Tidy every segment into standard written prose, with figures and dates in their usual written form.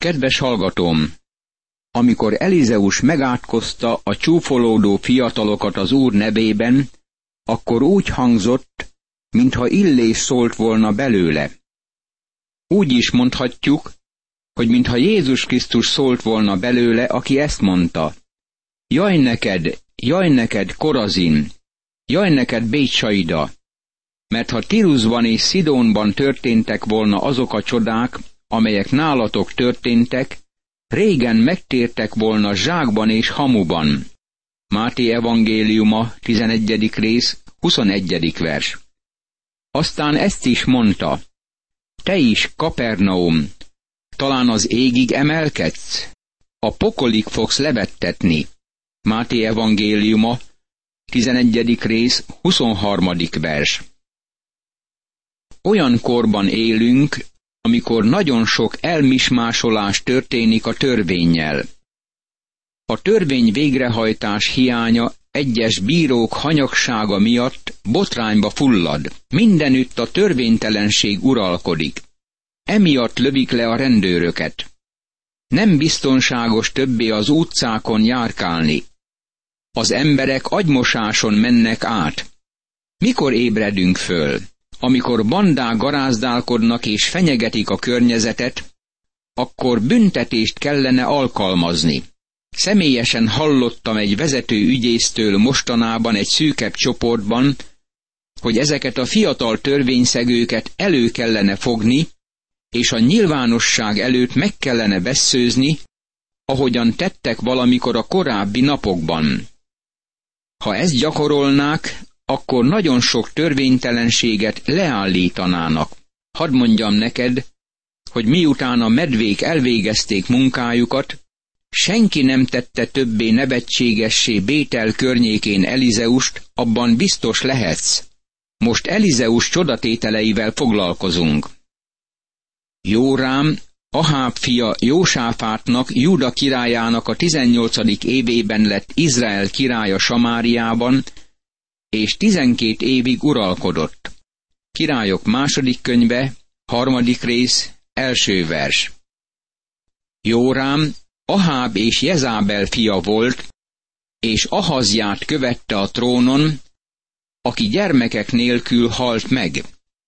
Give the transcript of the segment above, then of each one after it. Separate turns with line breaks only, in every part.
Kedves hallgatóm! Amikor Elizeus megátkozta a csúfolódó fiatalokat az Úr nevében, akkor úgy hangzott, mintha illés szólt volna belőle. Úgy is mondhatjuk, hogy mintha Jézus Krisztus szólt volna belőle, aki ezt mondta: Jaj neked, Korazin! Jaj neked, Bétsaida! Mert ha Tiruszban és Szidónban történtek volna azok a csodák, amelyek nálatok történtek, régen megtértek volna zsákban és hamuban. Máté evangéliuma, 11. rész, 21. vers. Aztán ezt is mondta: Te is, Kapernaum, talán az égig emelkedsz? A pokolig fogsz levettetni. Máté evangéliuma, 11. rész, 23. vers. Olyan korban élünk, amikor nagyon sok elmismásolás történik a törvénnyel. A törvény végrehajtás hiánya egyes bírók hanyagsága miatt botrányba fullad. Mindenütt a törvénytelenség uralkodik. Emiatt lövik le a rendőröket. Nem biztonságos többé az utcákon járkálni. Az emberek agymosáson mennek át. Mikor ébredünk föl? Amikor bandák garázdálkodnak és fenyegetik a környezetet, akkor büntetést kellene alkalmazni. Személyesen hallottam egy vezető ügyésztől mostanában egy szűkebb csoportban, hogy ezeket a fiatal törvényszegőket elő kellene fogni, és a nyilvánosság előtt meg kellene vesszőzni, ahogyan tettek valamikor a korábbi napokban. Ha ezt gyakorolnák, akkor nagyon sok törvénytelenséget leállítanának. Hadd mondjam neked, hogy miután a medvék elvégezték munkájukat, senki nem tette többé nevetségessé Bétel környékén Elizeust, abban biztos lehetsz. Most Elizeus csodatételeivel foglalkozunk. Jórám, Aháb fia Jósáfátnak, Júda királyának a 18. évében lett Izrael királya Samáriában, és 12 évig uralkodott. Királyok második könyve, 3. rész, 1. vers. Jórám Aháb és Jezábel fia volt, és Ahazját követte a trónon, aki gyermekek nélkül halt meg.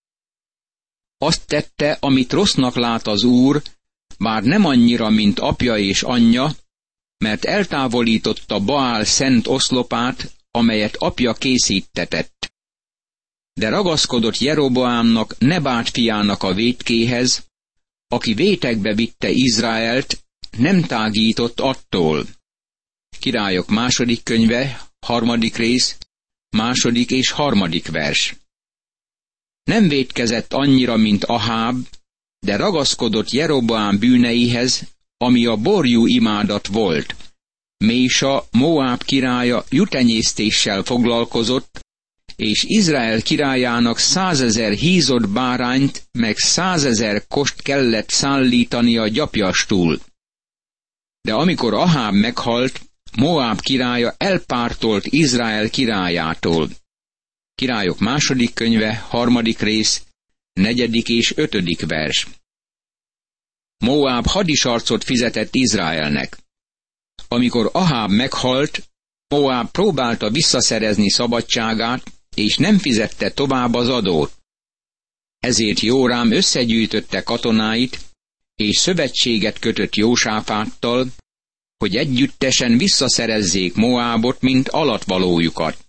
Azt tette, amit rossznak lát az Úr, bár nem annyira, mint apja és anyja, mert eltávolította Baál szent oszlopát, amelyet apja készítetett. De ragaszkodott Jeroboámnak, Nebát fiának a vétkéhez, aki vétekbe vitte Izraelt, nem tágított attól. Királyok második könyve, 3. rész, 2. és 3. vers. Nem vétkezett annyira, mint Aháb, de ragaszkodott Jeroboám bűneihez, ami a borjú imádat volt. Mésa, Moáb királya juhtenyésztéssel foglalkozott, és Izrael királyának 100 000 hízott bárányt, meg 100 000 kost kellett szállítani a gyapjastól. De amikor Aháb meghalt, Moáb királya elpártolt Izrael királyától. Királyok második könyve, 3. rész, 4. és 5. vers. Moáb hadisarcot fizetett Izraelnek. Amikor Aháb meghalt, Moáb próbálta visszaszerezni szabadságát, és nem fizette tovább az adót. Ezért Jórám összegyűjtötte katonáit, és szövetséget kötött Jósáfáttal, hogy együttesen visszaszerezzék Moábot, mint alattvalójukat.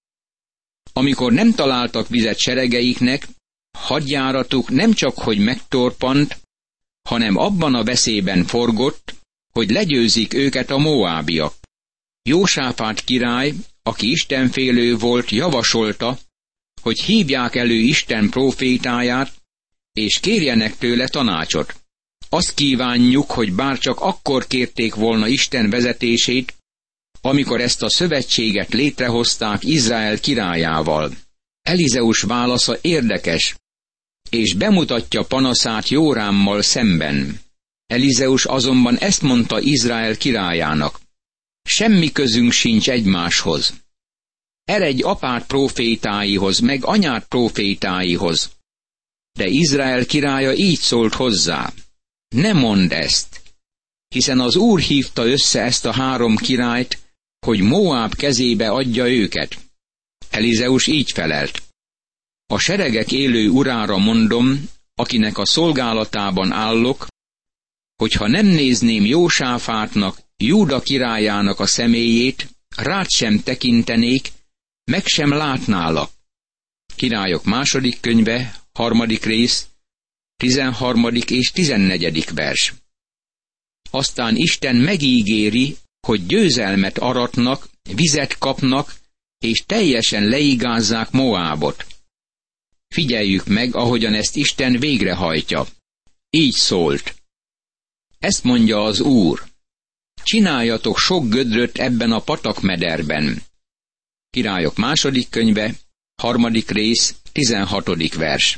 Amikor nem találtak vizet seregeiknek, hadjáratuk nem csak hogy megtorpant, hanem abban a veszélyben forgott, hogy legyőzik őket a moábiak. Jósáfát király, aki istenfélő volt, javasolta, hogy hívják elő Isten prófétáját, és kérjenek tőle tanácsot. Azt kívánjuk, hogy bárcsak akkor kérték volna Isten vezetését, amikor ezt a szövetséget létrehozták Izrael királyával. Elizeus válasza érdekes, és bemutatja panaszát Jórámmal szemben. Elizeus azonban ezt mondta Izrael királyának: semmi közünk sincs egymáshoz. Eredj apád prófétáihoz, meg anyád prófétáihoz. De Izrael királya így szólt hozzá: ne mondd ezt, hiszen az Úr hívta össze ezt a 3 királyt, hogy Moáb kezébe adja őket. Elizeus így felelt: a seregek élő urára mondom, akinek a szolgálatában állok, hogy ha nem nézném Jósáfátnak, Júda királyának a személyét, rád sem tekintenék, meg sem látnálak. Királyok 2. könyve, 3. rész, 13. és 14. vers. Aztán Isten megígéri, hogy győzelmet aratnak, vizet kapnak, és teljesen leigázzák Moábot. Figyeljük meg, ahogyan ezt Isten végrehajtja. Így szólt: ezt mondja az Úr: csináljatok sok gödröt ebben a patakmederben. Királyok 2. könyve, 3. rész, 16. vers.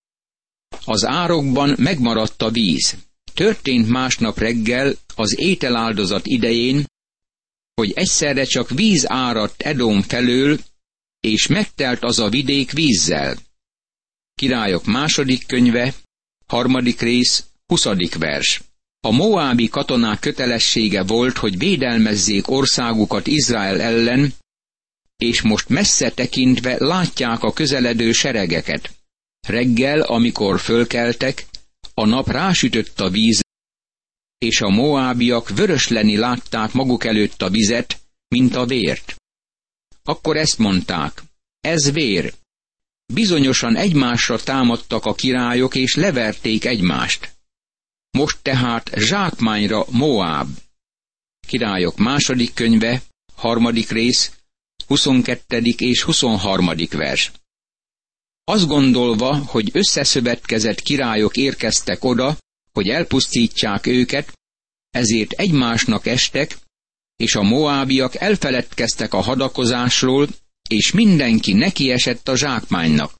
Az árokban megmaradt a víz. Történt másnap reggel az ételáldozat idején, hogy egyszerre csak víz áradt Edom felől, és megtelt az a vidék vízzel. Királyok 2. könyve, 3. rész, 20. vers. A moábi katonák kötelessége volt, hogy védelmezzék országukat Izrael ellen, és most messze tekintve látják a közeledő seregeket. Reggel, amikor fölkeltek, a nap rásütött a víz, és a moábiak vörösleni látták maguk előtt a vizet, mint a vért. Akkor ezt mondták: ez vér. Bizonyosan egymásra támadtak a királyok, és leverték egymást. Most tehát zsákmányra Moáb. Királyok 2. könyve, 3. rész, 22. és 23. vers. Azt gondolva, hogy összeszövetkezett királyok érkeztek oda, hogy elpusztítsák őket, ezért egymásnak estek, és a moábiak elfeledkeztek a hadakozásról, és mindenki nekiesett a zsákmánynak.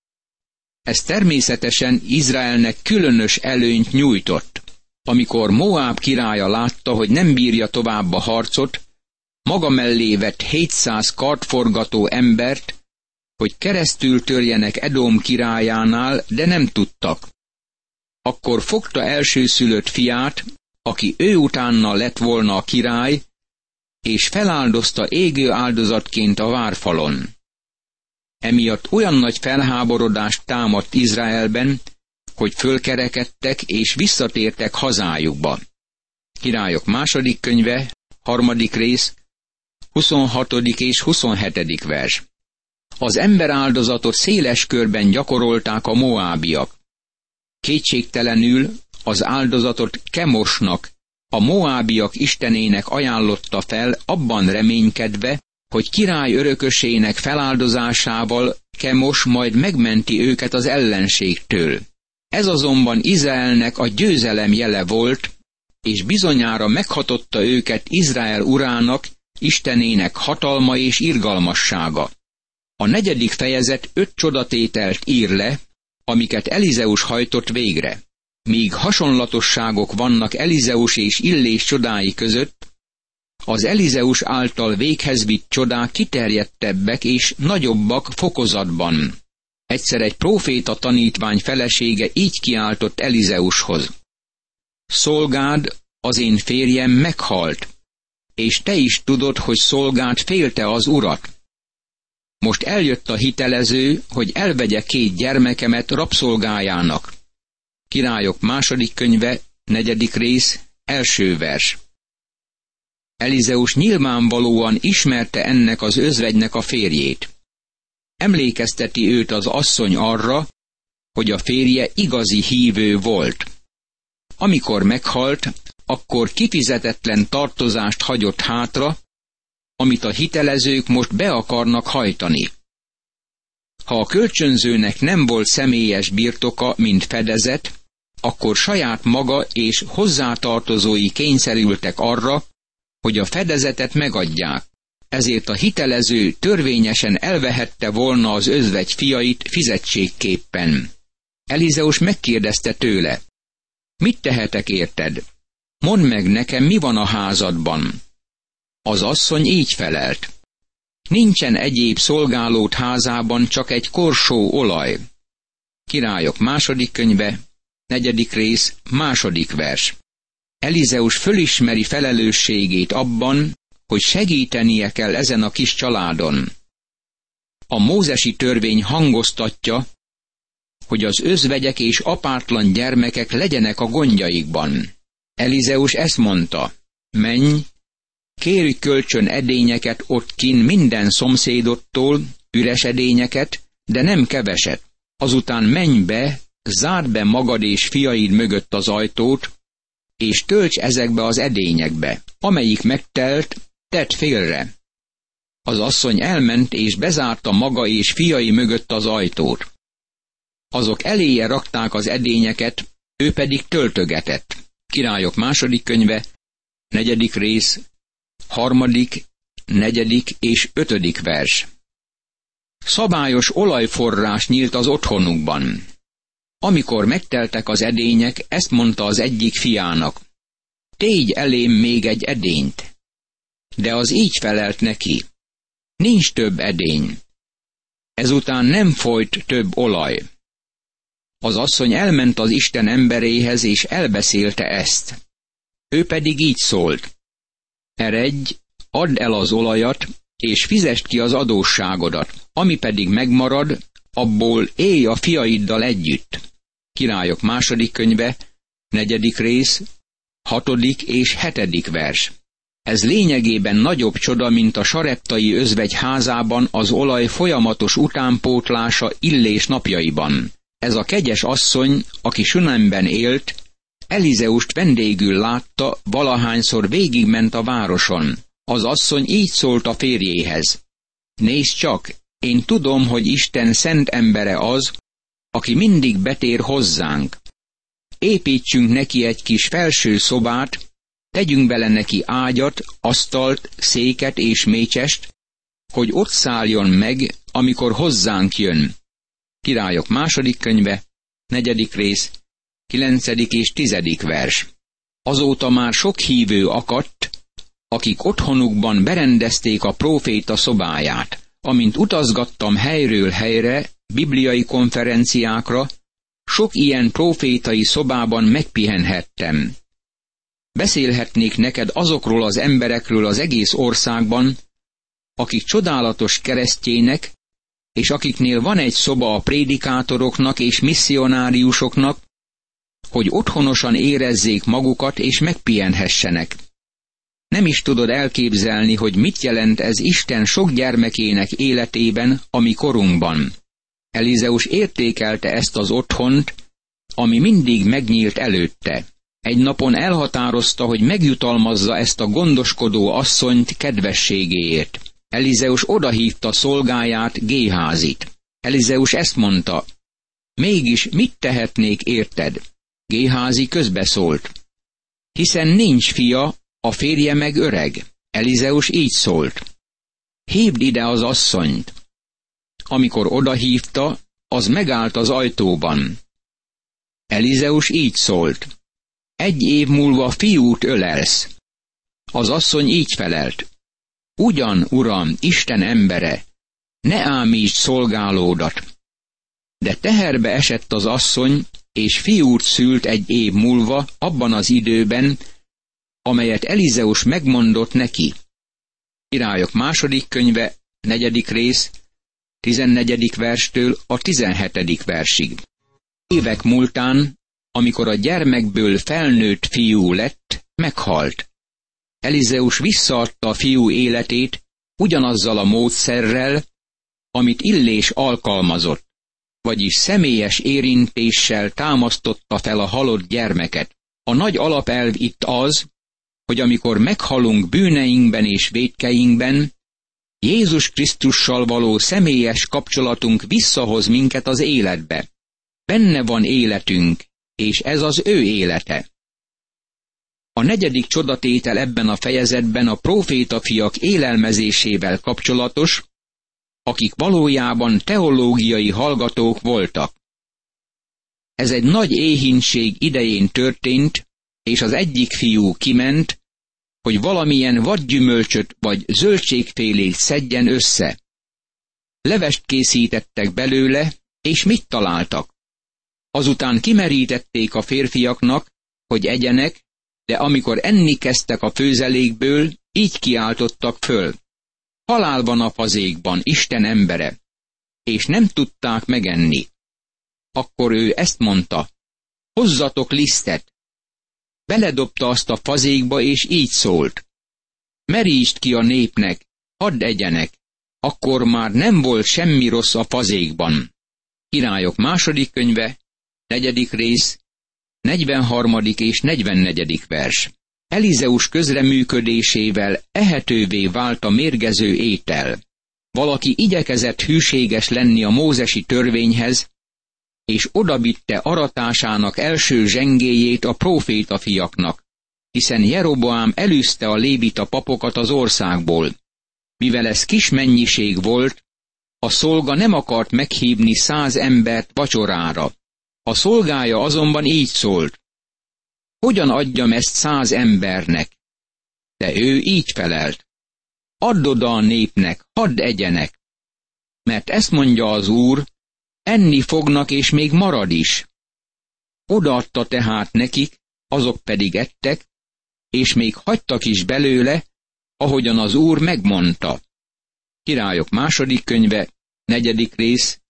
Ez természetesen Izraelnek különös előnyt nyújtott. Amikor Moáb királya látta, hogy nem bírja tovább a harcot, maga mellé vett 700 kardforgató embert, hogy keresztül törjenek Edom királyánál, de nem tudtak. Akkor fogta elsőszülött fiát, aki ő utána lett volna a király, és feláldozta égő áldozatként a várfalon. Emiatt olyan nagy felháborodást támadt Izraelben, hogy fölkerekedtek és visszatértek hazájukba. Királyok 2. könyve, 3. rész, 26. és 27. vers. Az emberáldozatot széles körben gyakorolták a moábiak. Kétségtelenül az áldozatot Kemosnak, a moábiak istenének ajánlotta fel, abban reménykedve, hogy király örökösének feláldozásával Kemos majd megmenti őket az ellenségtől. Ez azonban Izraelnek a győzelem jele volt, és bizonyára meghatotta őket Izrael urának, Istenének hatalma és irgalmassága. A 4. fejezet 5 csodatételt ír le, amiket Elizeus hajtott végre. Míg hasonlatosságok vannak Elizeus és Illés csodái között, az Elizeus által véghez vitt csodák kiterjedtebbek és nagyobbak fokozatban. Egyszer egy próféta tanítvány felesége így kiáltott Elizeushoz: szolgád, az én férjem meghalt, és te is tudod, hogy szolgád félte az urat. Most eljött a hitelező, hogy elvegye 2 gyermekemet rabszolgájának. Királyok 2. könyve, 4. rész, 1. vers. Elizeus nyilvánvalóan ismerte ennek az özvegynek a férjét. Emlékezteti őt az asszony arra, hogy a férje igazi hívő volt. Amikor meghalt, akkor kifizetetlen tartozást hagyott hátra, amit a hitelezők most be akarnak hajtani. Ha a kölcsönzőnek nem volt személyes birtoka, mint fedezet, akkor saját maga és hozzátartozói kényszerültek arra, hogy a fedezetet megadják. Ezért a hitelező törvényesen elvehette volna az özvegy fiait fizetségképpen. Elizeus megkérdezte tőle: mit tehetek érted? Mondd meg nekem, mi van a házadban. Az asszony így felelt: nincsen egyéb szolgálód házában, csak egy korsó olaj. Királyok 2. könyve, 4. rész, 2. vers. Elizeus fölismeri felelősségét abban, hogy segítenie kell ezen a kis családon. A mózesi törvény hangoztatja, hogy az özvegyek és apátlan gyermekek legyenek a gondjaikban. Elizeus ezt mondta: menj, kérj kölcsön edényeket ott kinn minden szomszédodtól, üres edényeket, de nem keveset. Azután menj be, zárd be magad és fiaid mögött az ajtót, és tölts ezekbe az edényekbe. Amelyik megtelt, tedd félre. Az asszony elment és bezárta maga és fiai mögött az ajtót. Azok eléje rakták az edényeket, ő pedig töltögetett. Királyok második könyve, 4. rész, 3., 4. és 5. vers. Szabályos olajforrás nyílt az otthonukban. Amikor megteltek az edények, ezt mondta az egyik fiának: tégy elém még egy edényt. De az így felelt neki: nincs több edény. Ezután nem folyt több olaj. Az asszony elment az Isten emberéhez, és elbeszélte ezt. Ő pedig így szólt: eredj, add el az olajat, és fizesd ki az adósságodat, ami pedig megmarad, abból élj a fiaiddal együtt. Királyok második könyve, 4. rész, 6. és 7. vers. Ez lényegében nagyobb csoda, mint a sareptai özvegy házában az olaj folyamatos utánpótlása Illés napjaiban. Ez a kegyes asszony, aki Sunemben élt, Elizeust vendégül látta, valahányszor végigment a városon. Az asszony így szólt a férjéhez: nézd csak, én tudom, hogy Isten szent embere az, aki mindig betér hozzánk. Építsünk neki egy kis felső szobát, tegyünk bele neki ágyat, asztalt, széket és mécsest, hogy ott szálljon meg, amikor hozzánk jön. Királyok második könyve, 4. rész, 9. és 10. vers. Azóta már sok hívő akadt, akik otthonukban berendezték a próféta szobáját. Amint utazgattam helyről helyre, bibliai konferenciákra, sok ilyen prófétai szobában megpihenhettem. Beszélhetnék neked azokról az emberekről az egész országban, akik csodálatos keresztjének, és akiknél van egy szoba a prédikátoroknak és misszionáriusoknak, hogy otthonosan érezzék magukat és megpihenhessenek. Nem is tudod elképzelni, hogy mit jelent ez Isten sok gyermekének életében, a mi korunkban. Elizeus értékelte ezt az otthont, ami mindig megnyílt előtte. Egy napon elhatározta, hogy megjutalmazza ezt a gondoskodó asszonyt kedvességéért. Elizeus odahívta szolgáját, Géházit. Elizeus ezt mondta: mégis mit tehetnék érted? Géházi közbeszólt: hiszen nincs fia, a férje meg öreg. Elizeus így szólt: hívd ide az asszonyt. Amikor odahívta, az megállt az ajtóban. Elizeus így szólt: 1 év múlva fiút ölelsz. Az asszony így felelt: ugyan, uram, Isten embere, ne ámítsd szolgálódat. De teherbe esett az asszony, és fiút szült 1 év múlva, abban az időben, amelyet Elizeus megmondott neki. Királyok második könyve, 4. rész, 14. verstől a 17. versig. Évek múltán, amikor a gyermekből felnőtt fiú lett, meghalt. Elizeus visszaadta a fiú életét ugyanazzal a módszerrel, amit Illés alkalmazott, vagyis személyes érintéssel támasztotta fel a halott gyermeket. A nagy alapelv itt az, hogy amikor meghalunk bűneinkben és vétkeinkben, Jézus Krisztussal való személyes kapcsolatunk visszahoz minket az életbe. Benne van életünk, és ez az ő élete. A 4. csodatétel ebben a fejezetben a prófétafiak élelmezésével kapcsolatos, akik valójában teológiai hallgatók voltak. Ez egy nagy éhínség idején történt, és az egyik fiú kiment, hogy valamilyen vadgyümölcsöt vagy zöldségfélét szedjen össze. Levest készítettek belőle, és mit találtak? Azután kimerítették a férfiaknak, hogy egyenek, de amikor enni kezdtek a főzelékből, így kiáltottak föl: halál van a fazékban, Isten embere! És nem tudták megenni. Akkor ő ezt mondta: hozzatok lisztet! Beledobta azt a fazékba, és így szólt: merítsd ki a népnek, hadd egyenek! Akkor már nem volt semmi rossz a fazékban. Királyok második könyve, 4. rész, 43. és 44. vers. Elizeus közreműködésével ehetővé vált a mérgező étel. Valaki igyekezett hűséges lenni a mózesi törvényhez, és odavitte aratásának első zsengéjét a próféta fiaknak, hiszen Jeroboám elűzte a lévita papokat az országból. Mivel ez kis mennyiség volt, a szolga nem akart meghívni 100 embert vacsorára. A szolgája azonban így szólt: hogyan adjam ezt 100 embernek? De ő így felelt: add oda a népnek, hadd egyenek. Mert ezt mondja az Úr: enni fognak, és még marad is. Odaadta tehát nekik, azok pedig ettek, és még hagytak is belőle, ahogyan az Úr megmondta. Királyok második könyve, 4. rész,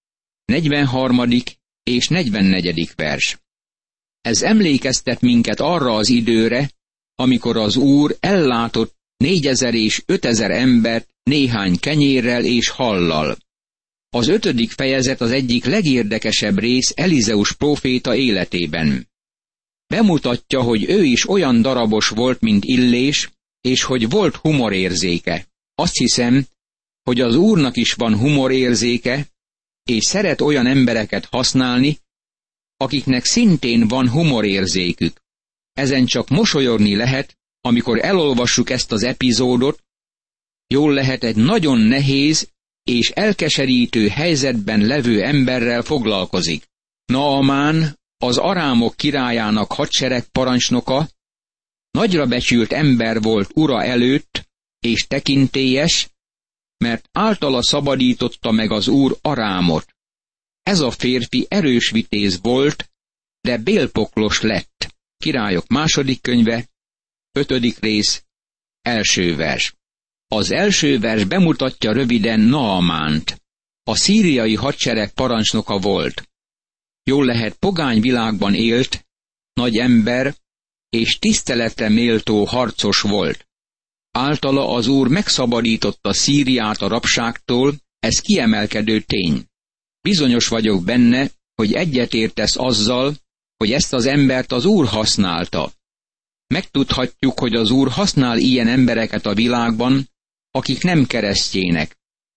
43. és 44. vers. Ez emlékeztet minket arra az időre, amikor az Úr ellátott 4000 és 5000 embert néhány kenyérrel és hallal. Az 5. fejezet az egyik legérdekesebb rész Elizeus próféta életében. Bemutatja, hogy ő is olyan darabos volt, mint Illés, és hogy volt humorérzéke. Azt hiszem, hogy az Úrnak is van humorérzéke, és szeret olyan embereket használni, akiknek szintén van humorérzékük. Ezen csak mosolyogni lehet, amikor elolvassuk ezt az epizódot. Jól lehet, egy nagyon nehéz és elkeserítő helyzetben levő emberrel foglalkozik. Naamán, az arámok királyának hadseregparancsnoka, nagyra becsült ember volt ura előtt, és tekintélyes, mert általa szabadította meg az Úr Arámot. Ez a férfi erős vitéz volt, de bélpoklos lett. Királyok második könyve, 5. rész, 1. vers. Az első vers bemutatja röviden Naamánt. A szíriai hadsereg parancsnoka volt. Jól lehet, pogány világban élt, nagy ember, és tiszteletre méltó harcos volt. Általa az Úr megszabadította Szíriát a rabságtól, ez kiemelkedő tény. Bizonyos vagyok benne, hogy egyetértesz azzal, hogy ezt az embert az Úr használta. Megtudhatjuk, hogy az Úr használ ilyen embereket a világban, akik nem keresztjének.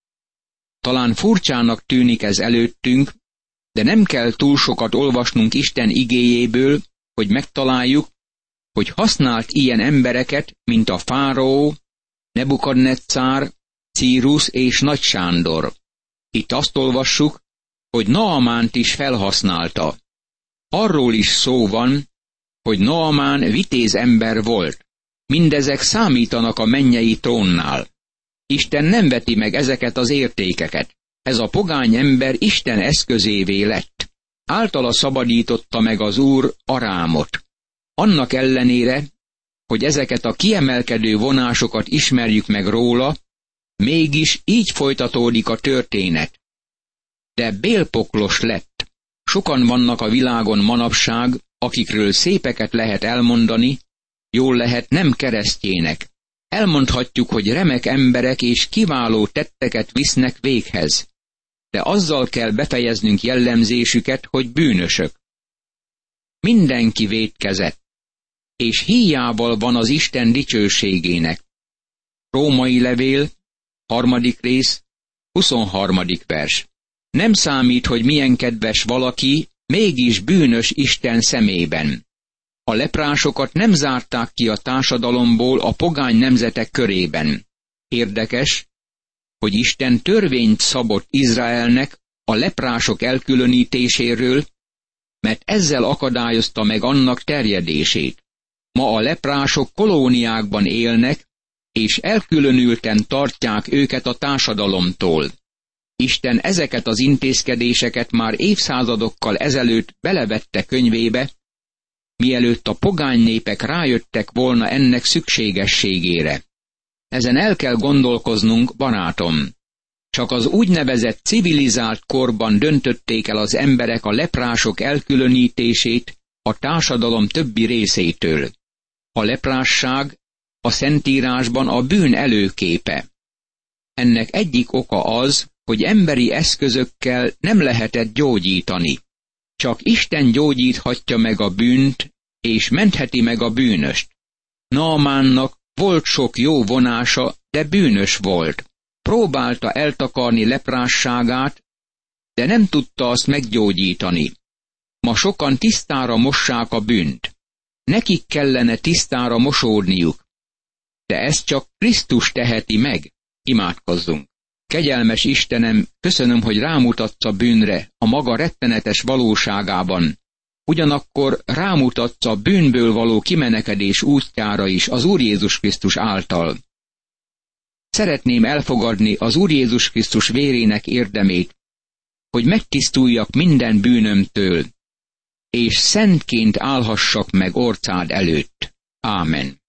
Talán furcsának tűnik ez előttünk, de nem kell túl sokat olvasnunk Isten igéjéből, hogy megtaláljuk, hogy használt ilyen embereket, mint a fáraó, Nebukadneccár, Círus és Nagy Sándor. Itt azt olvassuk, hogy Naamánt is felhasználta. Arról is szó van, hogy Naamán vitéz ember volt. Mindezek számítanak a mennyei trónnál. Isten nem veti meg ezeket az értékeket. Ez a pogány ember Isten eszközévé lett. Általa szabadította meg az Úr Arámot. Annak ellenére, hogy ezeket a kiemelkedő vonásokat ismerjük meg róla, mégis így folytatódik a történet. De bélpoklos lett. Sokan vannak a világon manapság, akikről szépeket lehet elmondani, jól lehet nem keresztjének. Elmondhatjuk, hogy remek emberek és kiváló tetteket visznek véghez. De azzal kell befejeznünk jellemzésüket, hogy bűnösök. Mindenki vétkezett, és híjával van az Isten dicsőségének. Római levél, 3. rész, 23. vers. Nem számít, hogy milyen kedves valaki, mégis bűnös Isten szemében. A leprásokat nem zárták ki a társadalomból a pogány nemzetek körében. Érdekes, hogy Isten törvényt szabott Izraelnek a leprások elkülönítéséről, mert ezzel akadályozta meg annak terjedését. Ma a leprások kolóniákban élnek, és elkülönülten tartják őket a társadalomtól. Isten ezeket az intézkedéseket már évszázadokkal ezelőtt belevette könyvébe, mielőtt a pogány népek rájöttek volna ennek szükségességére. Ezen el kell gondolkoznunk, barátom. Csak az úgynevezett civilizált korban döntötték el az emberek a leprások elkülönítését a társadalom többi részétől. A leprásság a Szentírásban a bűn előképe. Ennek egyik oka az, hogy emberi eszközökkel nem lehetett gyógyítani. Csak Isten gyógyíthatja meg a bűnt, és mentheti meg a bűnöst. Naamánnak volt sok jó vonása, de bűnös volt. Próbálta eltakarni leprásságát, de nem tudta azt meggyógyítani. Ma sokan tisztára mossák a bűnt. Nekik kellene tisztára mosódniuk. De ezt csak Krisztus teheti meg. Imádkozzunk. Kegyelmes Istenem, köszönöm, hogy rámutatsz a bűnre a maga rettenetes valóságában. Ugyanakkor rámutatsz a bűnből való kimenekedés útjára is az Úr Jézus Krisztus által. Szeretném elfogadni az Úr Jézus Krisztus vérének érdemét, hogy megtisztuljak minden bűnömtől, és szentként állhassak meg orcád előtt. Ámen.